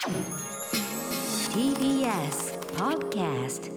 TBS Podcast。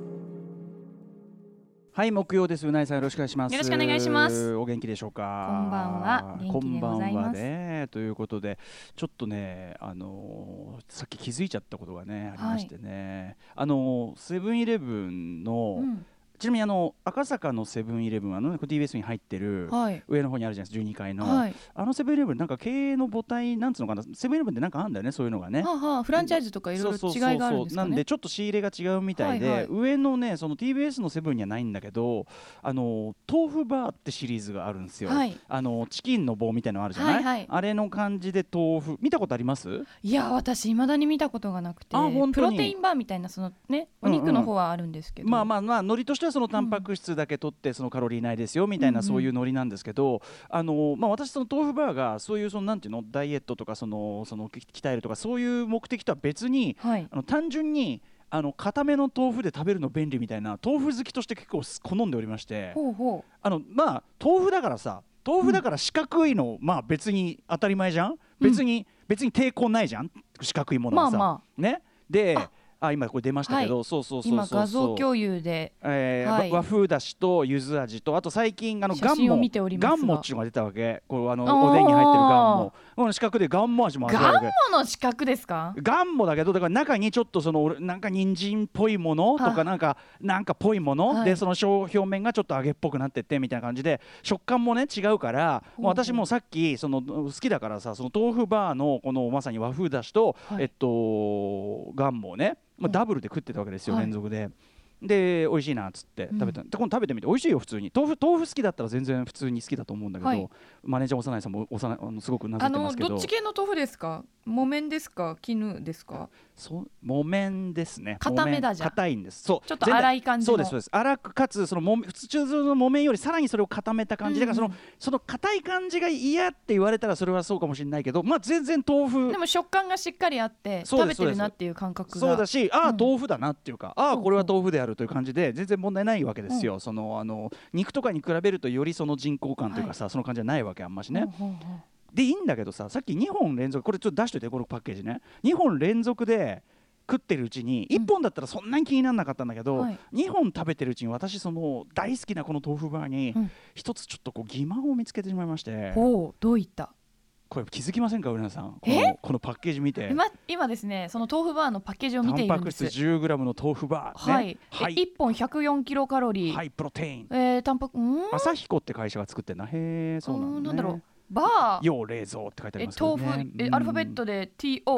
はい、木曜です。うないさんよろしくお願いします。 よろしくお願いします。 お元気でしょうか。 こんばんは、元気でございます。 こんばんはね。ということでちょっとね、さっき気づいちゃったことがねありましてね、セブンイレブンの、ちなみに赤坂のセブンイレブンはTBS に入ってる上の方にあるじゃないですか、12階の、セブンイレブンなんか経営の母体なんつうのかな、セブンイレブンってなんかあるんだよね、そういうのがね、 フランチャイズとかいろいろ違いがあるんですかね。 なんでちょっと仕入れが違うみたいで、上のねその TBS のセブンにはないんだけど、豆腐バーってシリーズがあるんですよ、チキンの棒みたいなのあるじゃない、あれの感じで豆腐見たことあります？ いや私未だに見たことがなくて、プロテインバーみたいなそのねお肉の方はあるんですけど、 まあ海苔としてはそのタンパク質だけ取ってそのカロリーないですよみたいな、そういう海苔なんですけど、私その豆腐バーがそういうなんていうの、ダイエットとかその鍛えるとかそういう目的とは別に、単純に固めの豆腐で食べるの便利みたいな、豆腐好きとして結構好んでおりまして、豆腐だからさ、豆腐だから四角いの、別に当たり前じゃん、別に抵抗ないじゃん、四角いものはさ、ね。で今これ出ましたけど、 今画像共有で、 和風だしと柚子味と、あと最近ガンモっていうのが出たわけ。こうおでんに入ってるガンモ、四角でガンモ味もあるわけ。 ガンモの四角ですか？ ガンモだけど、だから中にちょっとなんか人参っぽいものとかなんかっぽいもので、その表面がちょっと揚げっぽくなってってみたいな感じで、食感もね違うから、私もさっき好きだからさ、その豆腐バーのこのまさに和風だしとガンモをねダブルで食ってたわけですよ、連続で。で美味しいなっつって食べた、今度食べてみて美味しいよ。普通に豆腐好きだったら全然普通に好きだと思うんだけど、マネージャー幼いさんもすごくうなずいてますけど、 どっち系の豆腐ですか？木綿ですか？絹ですか？ 木綿ですね。 固めだじゃん。 硬いんです。そう、 ちょっと粗い感じの。 そうですそうです。粗くかつ普通の木綿よりさらにそれを固めた感じだから、その硬い感じが嫌って言われたらそれはそうかもしれないけど、全然豆腐でも食感がしっかりあって食べてるなっていう感覚がそうだし、豆腐だなっていうか、これは豆腐であるという感じで全然問題ないわけですよ。肉とかに比べるとよりその人工感というかさ、その感じはないわけあんましね。でいいんだけどさ、さっき2本連続、これちょっと出しといて、このパッケージね、2本連続で食ってるうちに、1本だったらそんなに気にならなかったんだけど、2本食べてるうちに私大好きなこの豆腐バーに一つちょっと疑問を見つけてしまいまして。 どういった？ これ気づきませんか、うなさん、このパッケージ見て。 今ですね、その豆腐バーのパッケージを見ているんです。 タンパク質 10g の豆腐バー、ね、 1本104キロカロリー、 プロテイン、 タンパク朝彦って会社が作ってんな。へえ、そうなんだね。 なんだろう、バー要冷蔵って書いてありますけどね。 豆腐、アルファベットで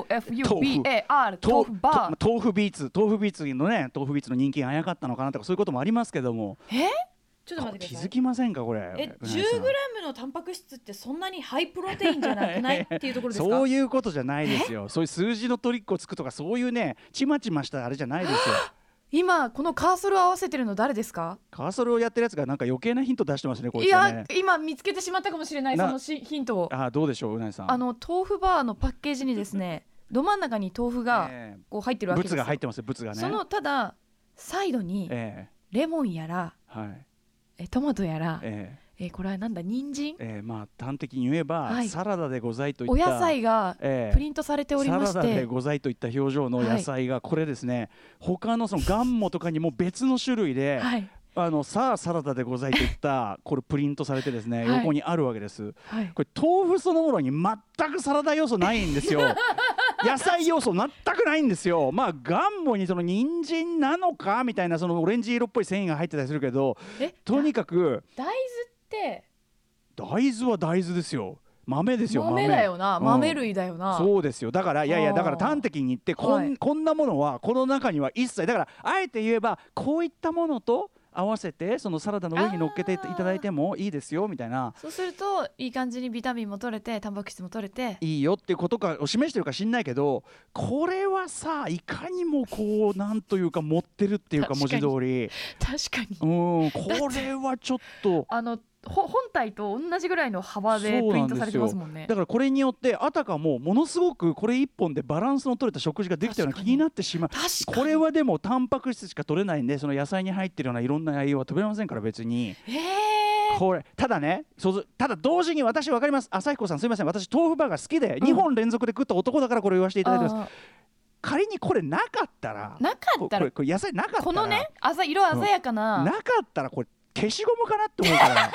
TOFUBAR 豆腐バー、 豆腐ビーツのね、豆腐ビーツの人気があやかったのかなとか、そういうこともありますけども。 ちょっと待ってください。 気づきませんかこれ。 10g のタンパク質ってそんなにハイプロテインじゃなくないっていうところですか？ そういうことじゃないですよ。そういう数字のトリックをつくとか、そういうねちまちましたあれじゃないですよ。 今このカーソルを合わせてるの誰ですか？ カーソルをやってるやつがなんか余計なヒント出してますね、こいつね。 いや今見つけてしまったかもしれない、そのヒントを。 どうでしょう、うなぎさん。 豆腐バーのパッケージにですね、ど真ん中に豆腐がこう入ってるわけですよ。 ブツが入ってますよ、ブツがね。 ただサイドにレモンやら、トマトやら、これはなんだ、人参、 端的に言えば、サラダでございといったお野菜がプリントされておりまして、 サラダでございといった表情の野菜が、これですね、他のガンモとかにも別の種類で、さあサラダでございといったこれプリントされてですね、横にあるわけです。これ豆腐そのものに全くサラダ要素ないんですよ。野菜要素全くないんですよ。ガンモに人参なのかみたいなオレンジ色っぽい繊維が入ってたりするけど、とにかく大豆って、 大豆は大豆ですよ。豆ですよ。 豆だよな、豆類だよな。 そうですよ。だからだから端的に言って、こんなものはこの中には一切、だからあえて言えばこういったものと合わせてそのサラダの上に乗っけていただいてもいいですよみたいな。 そうするといい感じにビタミンも取れてタンパク質も取れていいよっていうことを示してるか知んないけど、これはさいかにもなんというか持ってるっていうか、文字通り確かに、 これはちょっと本体と同じぐらいの幅でプリントされてますもんね。 だからこれによってあたかもものすごくこれ一本でバランスの取れた食事ができたような気になってしまう。これはでもタンパク質しか取れないんで、その野菜に入ってるようないろんな栄養は取れませんから別に。これただね、ただ同時に私分かります。朝彦さんすいません、私豆腐バーが好きで2本連続で食った男だからこれ言わせていただいてます。 仮にこれなかったらこれ野菜なかったらこのね色鮮やかな、 なかったらこれ消しゴムかなって思うから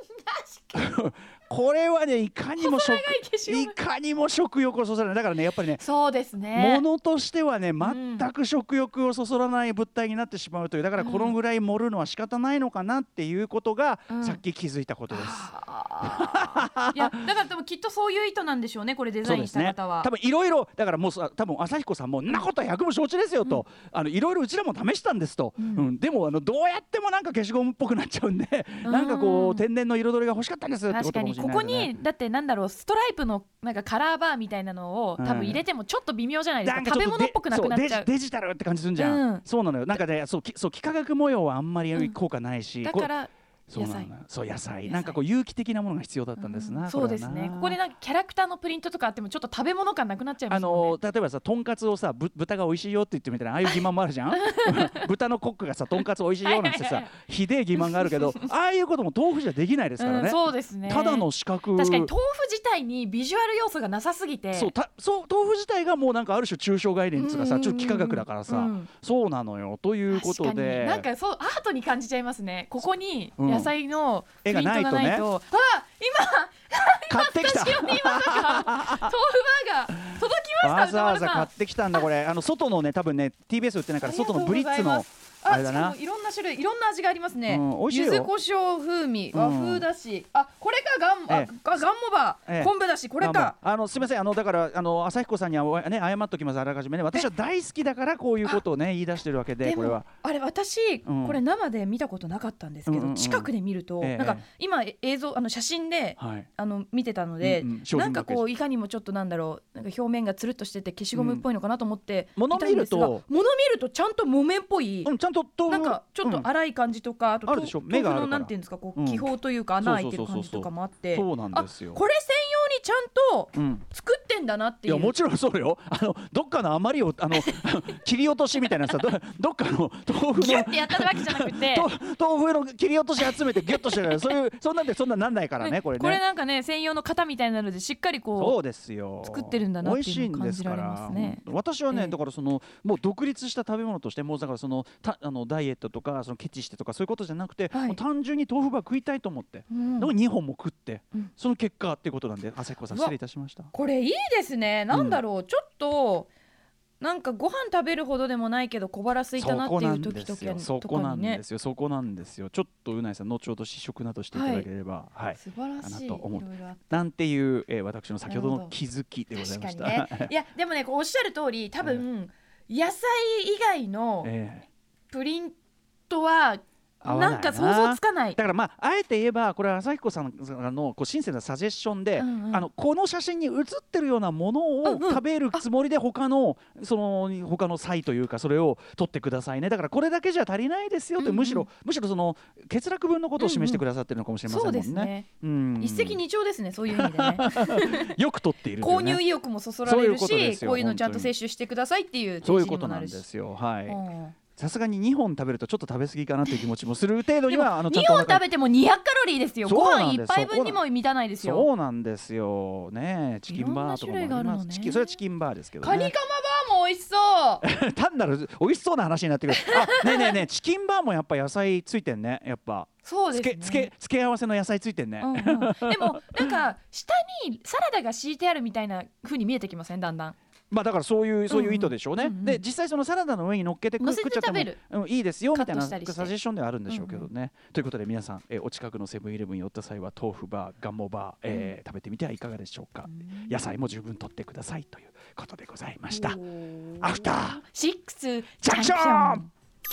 これはねいかにも食欲をそそらない。だからねやっぱりね、 そうですね、 ものとしてはね全く食欲をそそらない物体になってしまうという、だからこのぐらい盛るのは仕方ないのかなっていうことが、さっき気づいたことです。 いやだからでもきっとそういう意図なんでしょうね、これデザインした方は。 多分いろいろだからもう多分朝彦さんもんなことは百も承知ですよと、いろいろうちらも試したんですと、でもどうやってもなんか消しゴムっぽくなっちゃうんで、なんかこう天然の彩りが欲しかったんですってことかもしれないですね。 ここにだってなんだろう、ストライプのなんかカラーバーみたいなのを多分入れてもちょっと微妙じゃないですか、食べ物っぽくなくなっちゃう。 デジタルって感じするんじゃん、そうなのよ。なんかねそう幾何学模様はあんまり効果ないし、 だから野菜なんかこう有機的なものが必要だったんですな、 そうですね。ここでなんかキャラクターのプリントとかあってもちょっと食べ物感なくなっちゃいますもんね。 例えばさとんかつをさ豚が美味しいよって言ってみたいなああいう欺瞞もあるじゃん豚のコックがさとんかつ美味しいよなんてさひでえ欺瞞があるけどああいうことも豆腐じゃできないですからね、 そうですね。 ただの四角、 確かに豆腐自体にビジュアル要素がなさすぎて、 そう豆腐自体がもうなんかある種抽象概念っていうかさ、ちょっと幾何学だからさ、そうなのよということで、 なんかそうアートに感じちゃいますね。ここに野菜の絵がないとね。今買ってきた豆腐バーガー届きました。 わざわざ買ってきたんだこれ。外のね多分ね TBS 売ってないから外のブリッツのあれだな。 いろんな種類いろんな味がありますね。 美味しいよ。 柚子胡椒風味和風だし、これかガンモバ昆布だし、これか。 すみませんだから朝彦さんにはね謝っときます。あらかじめね私は大好きだからこういうことをね言い出してるわけで、これはあれ私これ生で見たことなかったんですけど、近くで見るとなんか今映像写真で見てたので、なんかこういかにもちょっとなんだろう、なんか表面がつるっとしてて消しゴムっぽいのかなと思って見たんですが、物見るとちゃんと木綿っぽい、なんかちょっと粗い感じとか、あと豆腐のなんていうんですか、こう気泡というか穴開いてる感じとかもあって、 そうなんですよ。 これ専用にちゃんと作ってんだなっていう。 いやもちろんそうよ。どっかの余りを切り落としみたいなさどっかの豆腐のギュッてやったわけじゃなくて豆腐の切り落とし集めてギュッとしてるからそんなんないからねこれね。 これなんかね専用の型みたいなのでしっかりこうそうですよ作ってるんだなっていうのを感じられますね。 私はねだからもう独立した食べ物としてもうだからダイエットとかケチしてとかそういうことじゃなくて、もう単純に豆腐ば食いたいと思って、2本も食って、その結果っていうことなんで、朝彦さん失礼いたしました。 これいいですね。なんだろう、ちょっとなんかご飯食べるほどでもないけど小腹空いたなっていう時とかにね。そこなんですよ。ちょっとうないさん後ほど試食などしていただければ、 素晴らしいいろいろあってなんていう、私の先ほどの気づきでございました。 確かにね、いやでもねおっしゃる通り多分、野菜以外のプリントはなんか想像つかない。 だからあえて言えばこれは朝彦さんの親切なサジェッションで、この写真に写ってるようなものを食べるつもりで他の菜というかそれを取ってくださいね。だからこれだけじゃ足りないですよと、むしろその欠落分のことを示してくださってるのかもしれませんもんね。そうですね。一石二鳥ですね、そういう意味でね。 よく取っている、 購入意欲もそそられるし、こういうのちゃんと摂取してくださいっていうそういうことなんですよ。はい。さすがに2本食べるとちょっと食べ過ぎかなという気持ちもする程度には 2本食べても200カロリーですよ。ご飯1杯分にも満たないですよ。 そうなんですよね。チキンバーとかもあります。それはチキンバーですけどね。 カニカマバーも美味しそう単なる美味しそうな話になってくる。ねえチキンバーもやっぱ野菜ついてんね。やっぱそうですね。 付け合わせの野菜ついてんね。 でもなんか下にサラダが敷いてあるみたいな風に見えてきません、だんだん。 だからそういう意図でしょうね。で実際そのサラダの上に乗っけて食っちゃってもいいですよみたいなサジェッションではあるんでしょうけどね。ということで皆さんお近くのセブンイレブンに寄った際は豆腐バーガンモバー食べてみてはいかがでしょうか。野菜も十分取ってくださいということでございました。アフターシックスジャンクション。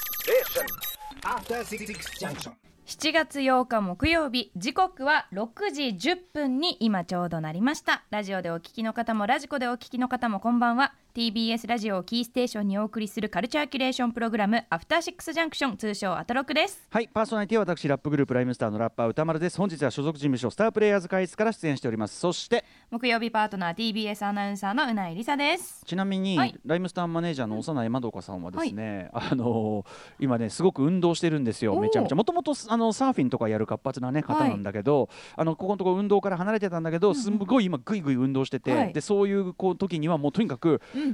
7月8日木曜日、時刻は6時10分に今ちょうどなりました。ラジオでお聞きの方もラジコでお聞きの方もこんばんは。TBS ラジオをキーステーションにお送りするカルチャーキュレーションプログラムアフターシックスジャンクション、通称アトロクです。 はい、パーソナリティは私ラップグループライムスターのラッパー歌丸です。本日は所属事務所スタープレイヤーズ会室から出演しております。そして木曜日パートナー TBS アナウンサーのうないりさです。 ちなみに、ライムスターマネージャーの幼いまどかさんはですね、今ねすごく運動してるんですよ。めちゃめちゃもともとサーフィンとかやる活発な、方なんだけど、ここのところ運動から離れてたんだけど、すごい今グイグイ運動してて、でそういう時にはもうとにかく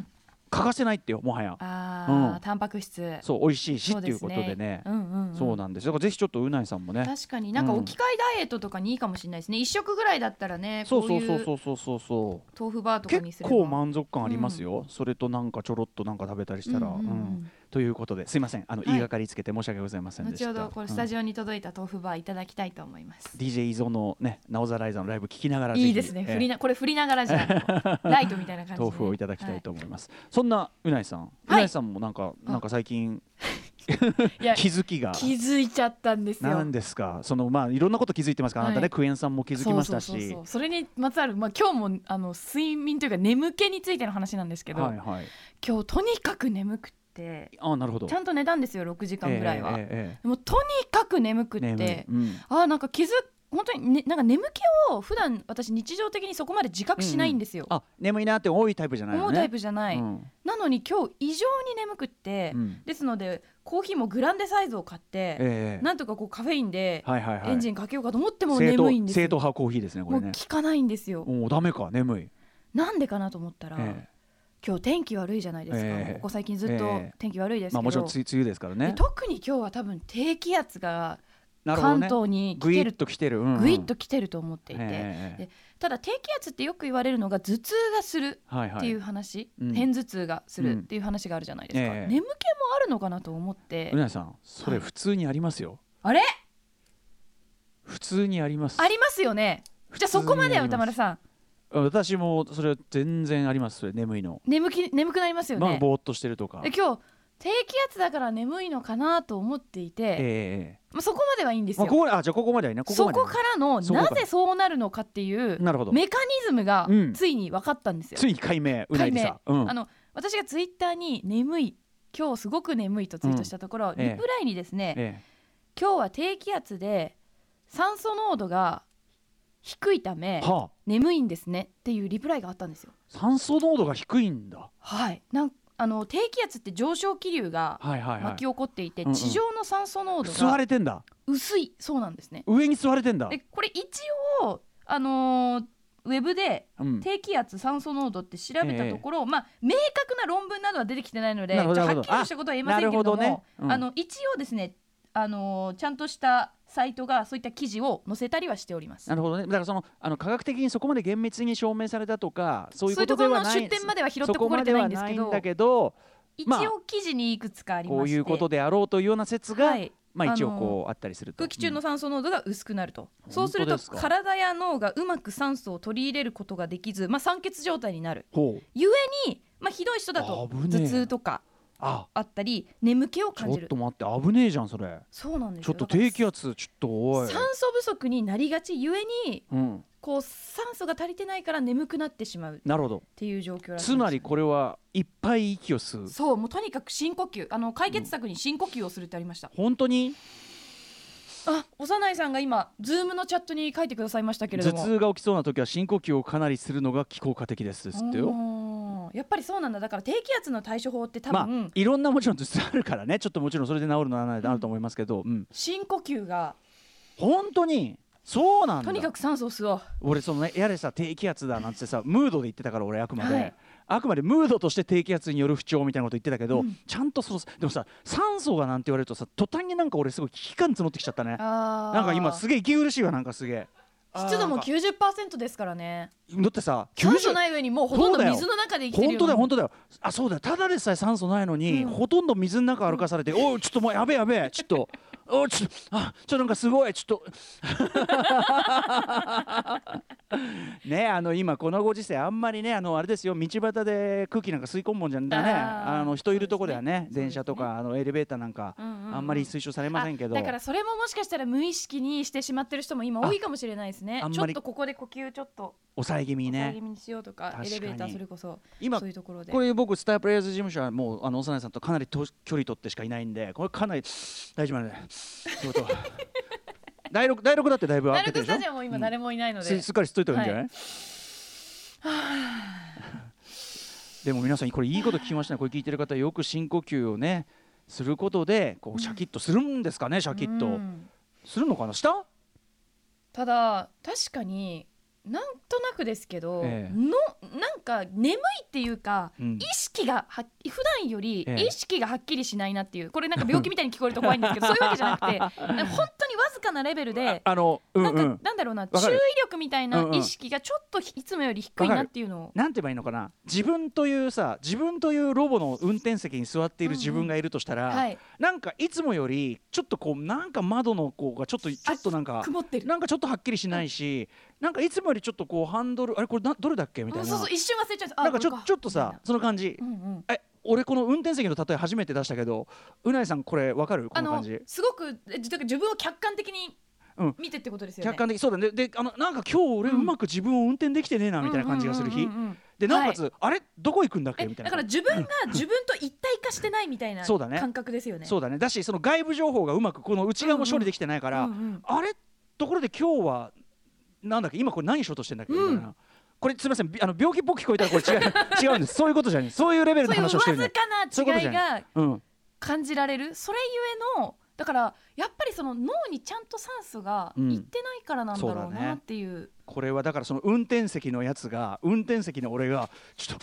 欠かせないってよ、もはや。 タンパク質そう美味しいしっていうことでね。そうなんです。だからぜひちょっとうないさんもね、 確かになんか置き換えダイエットとかにいいかもしれないですね。1食ぐらいだったらね、 そう豆腐バーとかにすれば結構満足感ありますよ。それとなんかちょろっとなんか食べたりしたら。ということで、すいません、言いがかりつけて申し訳ございませんでした。 後ほどこれスタジオに届いた豆腐バーいただきたいと思います。 DJ 伊蔵のね、ナオザライザーのライブ聞きながらぜひ、 いいですね。これ振りながらじゃライトみたいな感じで、 豆腐をいただきたいと思います。そんなうないさん、うないさんもなんか最近気づきが気づいちゃったんですよ。 何ですか。いろんなこと気づいてますから、あなたね、クエン酸も気づきましたし、 それにまつわる、今日も睡眠というか眠気についての話なんですけど、今日とにかく眠くて、 なるほど、 ちゃんと寝たんですよ、6時間ぐらいは。もうとにかく眠くって、なんか本当に、なんか眠気を普段私日常的にそこまで自覚しないんですよ。 眠いなって多いタイプじゃないのね。 思うタイプじゃない、なのに今日異常に眠くって、ですのでコーヒーもグランデサイズを買って、なんとかこうカフェインでエンジンかけようかと思っても眠いんですよ。 正統派コーヒーですね、これね。 もう効かないんですよ。 ダメか、眠い。 なんでかなと思ったら、今日天気悪いじゃないですか。ここ最近ずっと天気悪いですけど、 もちろん梅雨ですからね。 特に今日は多分低気圧が関東に来てる、 グイッと来てる、 グイッと来てると思っていて、でただ低気圧ってよく言われるのが頭痛がするっていう話、片頭痛がするっていう話があるじゃないですか。眠気もあるのかなと思って。 うなさん、それ普通にありますよ。 あれ、 普通にあります。 ありますよね。じゃあそこまでは歌丸さん。 私もそれは全然あります。それ眠いの、眠くなりますよね。 ぼーっとしてるとか。 今日低気圧だから眠いのかなと思っていて、そこまではいいんですよ。 じゃあここまではいいね。 そこからのなぜそうなるのかっていうメカニズムがついに分かったんですよ。 ついに解明。 私がツイッターに眠い、今日すごく眠いとツイートしたところ、リプライにですね、今日は低気圧で酸素濃度が低いため眠いんですねっていうリプライがあったんですよ。 酸素濃度が低いんだ。 はい。低気圧って上昇気流が巻き起こっていて、地上の酸素濃度が吸われてんだ。 薄いそうなんですね。 上に吸われてんだ。 でこれ一応ウェブで低気圧酸素濃度って調べたところ、明確な論文などは出てきてないのではっきりとしたことは言えませんけれども、一応ですね、ちゃんとしたサイトがそういった記事を載せたりはしております。 なるほどね。だから科学的にそこまで厳密に証明されたとかそういうことではない、 そういうところの出典までは拾ってこれてないんですけど、一応記事にいくつかありまして、 こういうことであろうというような説が、一応こうあったりすると、 空気中の酸素濃度が薄くなると、そうすると体や脳がうまく酸素を取り入れることができず、酸欠状態になる。ゆえに、ひどい人だと頭痛とかあったり眠気を感じる。 ちょっと待って、危ねえじゃんそれ。 そうなんですよ。 ちょっと低気圧ちょっとおい、 酸素不足になりがちゆえに、こう酸素が足りてないから眠くなってしまうっていう状況らしいです。 つまりこれはいっぱい息を吸う。 そう、もうとにかく深呼吸、解決策に深呼吸をするってありました。 本当に？ 幼いさんが今ズームのチャットに書いてくださいましたけれども、 頭痛が起きそうな時は深呼吸をかなりするのが効果的ですってよ。 やっぱりそうなんだ。だから低気圧の対処法って多分、 いろんなもちろん頭痛あるからね、ちょっともちろんそれで治るのはあると思いますけど、 深呼吸が本当にそうなんだ。 とにかく酸素を吸おう。 俺やれさ低気圧だなんてさムードで言ってたから、俺あくまでムードとして低気圧による不調みたいなこと言ってたけど、ちゃんとでもさ、酸素がなんて言われるとさ、途端になんか俺すごい危機感募ってきちゃったね。なんか今すげえ息苦しいわ。なんかすげえ湿度も 90% ですからね。 だってさ、 酸素ない上にもうほとんど水の中で生きてるよ。 本当だよ。そうだよ。ただでさえ酸素ないのに、ほとんど水の中歩かされて、おいちょっともうやべえちょっとちょっとなんかすごいちょっとね、今このご時世あんまりね、あれですよ、道端で空気なんか吸い込むもんじゃね、人いるとこではね、電車とかエレベーターなんかあんまり推奨されませんけど、 だからそれももしかしたら無意識にしてしまってる人も今多いかもしれないですね。ちょっとここで呼吸ちょっと抑え気味にしようとか、エレベーターそれこそ今そういうところで、 これ僕スタープレイヤーズ事務所はもう幼いさんとかなり距離取ってしかいないんで、これかなり大丈夫なんで第6だってだいぶ開けてるでしょ。 第6スタジオも今誰もいないので、 すっかりしといた方がいいんじゃない？でも皆さんこれいいこと聞きましたね。これ聞いてる方よく深呼吸をねすることでこうシャキッとするんですかね。シャキッとするのかな。しただ確かになんとなくですけど、なんか眠いっていうか、意識が普段より意識がはっきりしないなっていう、これなんか病気みたいに聞こえると怖いんですけどそういうわけじゃなくて本当にわずかなレベルでなんだろうな、注意力みたいな意識がちょっといつもより低いなっていうのを、 なんて言えばいいのかな、自分というロボの運転席に座っている自分がいるとしたら、なんかいつもよりちょっとこうなんか窓のこうがちょっとなんか曇ってる、 なんかちょっとはっきりしないし、なんかいつもよりちょっとこうハンドルあれこれどれだっけみたいな、 そう一瞬忘れちゃう、 なんかちょっとさその感じ、俺この運転席の例え初めて出したけど、うないさんこれ分かる？この感じすごく自分を客観的に見てってことですよね。 客観的、そうだね。でなんか今日俺うまく自分を運転できてねえなみたいな感じがする日で、なおかつ、あれどこ行くんだっけみたいな、 だから自分が自分と一体化してないみたいな感覚ですよね。 そうだね。だしその外部情報がうまくこの内側も処理できてないから、あれところで今日はなんだっけ、今これ何しようとしてんだっけみたいな、これすみません、病気っぽく聞こえたらこれ違うんです。そういうことじゃない、そういうレベルの話をしてるね。 そういうわずかな違いが感じられる、それゆえの、だからやっぱりその脳にちゃんと酸素がいってないからなんだろうなっていう、 これはだからその運転席のやつが、運転席の俺がちょっ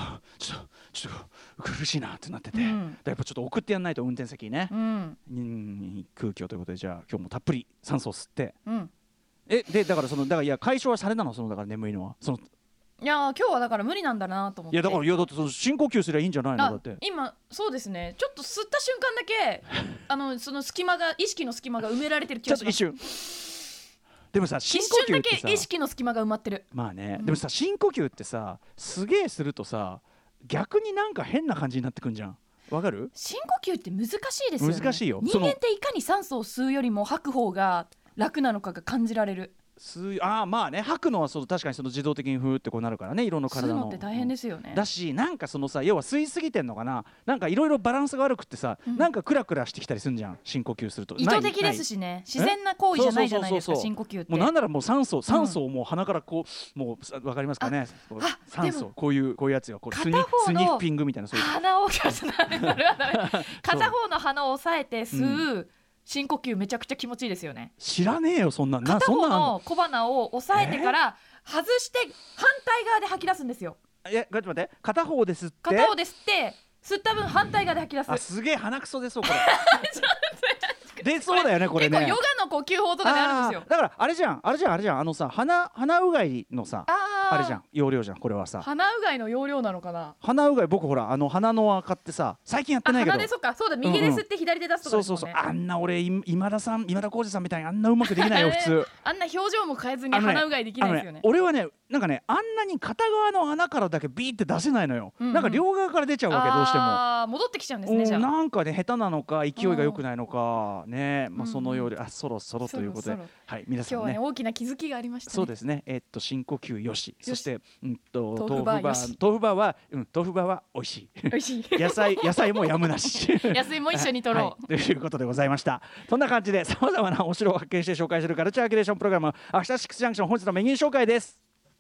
と苦しいなってなってて、やっぱちょっと送ってやんないと運転席にね、空気をということで、じゃあ今日もたっぷり酸素を吸って、でだからいや解消はされたの、そのだから眠いのは、 いや今日はだから無理なんだなと思って。 いやだってその深呼吸すればいいんじゃないの？だって今そうですね、ちょっと吸った瞬間だけその隙間が、意識の隙間が埋められてる気がします。 ちょっと一瞬でもさ、深呼吸ってさ、 一瞬だけ意識の隙間が埋まってる。 まあね、でもさ深呼吸ってさすげえするとさ逆になんか変な感じになってくんじゃん。わかる？ 深呼吸って難しいですよね。 難しいよ。 人間っていかに酸素を吸うよりも吐く方が楽なのかが感じられる。 まあね、吐くのは確かにその自動的にフーってこうなるからね、色の体の。 吸うのって大変ですよね。 だし、なんかそのさ、要は吸いすぎてんのかな、なんかいろいろバランスが悪くってさ、なんかクラクラしてきたりするんじゃん、深呼吸すると。 意図的ですしね、自然な行為じゃないじゃないですか、深呼吸って。 もうなんならもう酸素をもう鼻からこう、もうわかりますかね、酸素、こういうやつよ、スニッピングみたいな、そういう鼻を片方の鼻を押さえて吸う深呼吸めちゃくちゃ気持ちいいですよね。 知らねえよそんな。 片方の小鼻を押さえてから外して反対側で吐き出すんですよ。 ちょっと待って、片方で吸って吸った分反対側で吐き出す。 すげえ鼻くそ出そうこれ出そうだよねこれね。 結構ヨガの呼吸法とかであるんですよ。 だからあれじゃんさ、鼻うがいのさあれじゃん、容量じゃんこれはさ。 鼻うがいの容量なのかな。 鼻うがい、僕ほら鼻の赤ってさ最近やってないけど、 鼻でそうだ、右で吸って左で出すとかですもんね。 そうあんな俺今田耕司さんみたいにあんなうまくできないよ普通あんな表情も変えずに鼻うがいできないですよね。 俺はね、なんかね、あんなに片側の穴からだけビーって出せないのよ。なんか両側から出ちゃうわけ、どうしても。 戻ってきちゃうんですね。じゃあなんかね、下手なのか勢いが良くないのかね、そのようで、そろそろということで、はい皆さんね、 今日はね大きな気づきがありましたね。 そうですね。深呼吸よし、そして豆腐バーは美味しい。 美味しい。 野菜もやむなし。 野菜も一緒に取ろう。 ということでございました。そんな感じでさまざまな面白を発見して紹介するカルチャーキュレーションプログラム、アフターシックスジャンクション、本日のメニュー紹介です。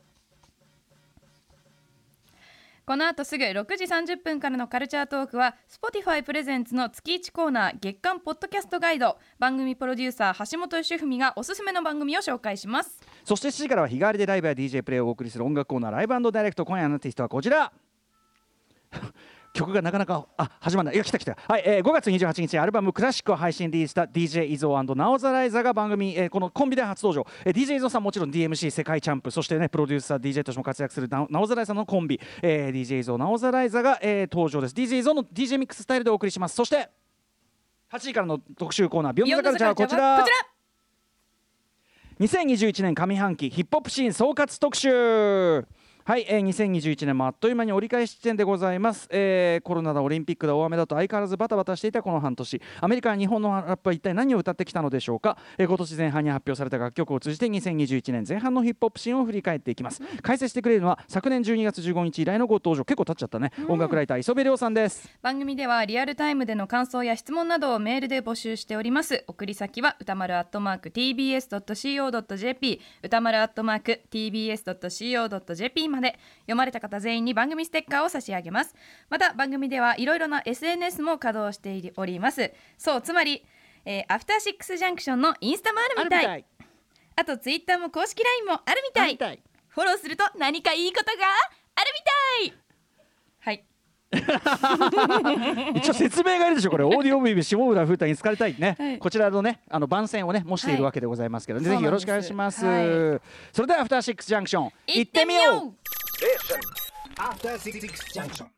この後すぐ6時30分からのカルチャートークは Spotify プレゼンツの月1コーナー月間ポッドキャストガイド、番組プロデューサー橋本義文がおすすめの番組を紹介します。 そして7時からは日替わりでライブや DJ プレイをお送りする音楽コーナー、ライブ&ダイレクト。今夜のアーティストはこちら曲がなかなか始まらない。いや来た、はい、5月28日アルバムクラシックを配信リリースした DJ イゾー&ナオザライザが番組、このコンビで初登場。DJ イゾーさんもちろん DMC 世界チャンプ、そしてねプロデューサー DJ としても活躍するナオザライザのコンビ、DJ イゾーナオザライザが、登場です。 DJ イゾーの DJ ミックススタイルでお送りします。そして8時からの特集コーナービヨンドザカルチャーはこちら2021年上半期ヒップホップシーン総括特集。はい、2021年もあっという間に折り返し地点でございます。コロナだオリンピックだ大雨だと相変わらずバタバタしていたこの半年、アメリカや日本のラップは一体何を歌ってきたのでしょうか。今年前半に発表された楽曲を通じて2021年前半のヒップホップシーンを振り返っていきます。解説してくれるのは昨年12月15日以来のご登場、結構経っちゃったね、音楽ライター磯部亮さんです。 番組ではリアルタイムでの感想や質問などをメールで募集しております。送り先は歌丸@tbs.co.jp 歌丸@tbs.co.jp まで。読まれた方全員に番組ステッカーを差し上げます。また番組ではいろいろな SNS も稼働しております。そう、つまり、アフターシックスジャンクションのインスタもあるみたい。あとツイッターも公式 LINE もあるみたい。 フォローすると何かいいことがあるみたい。はい。 一応説明がいるでしょこれ。オーディオムービー下村風太に好かれたいね、 はい、 こちらのね番宣をね模しているわけでございますけど、ぜひよろしくお願いします。それではアフターシックスジャンクション行ってみよう。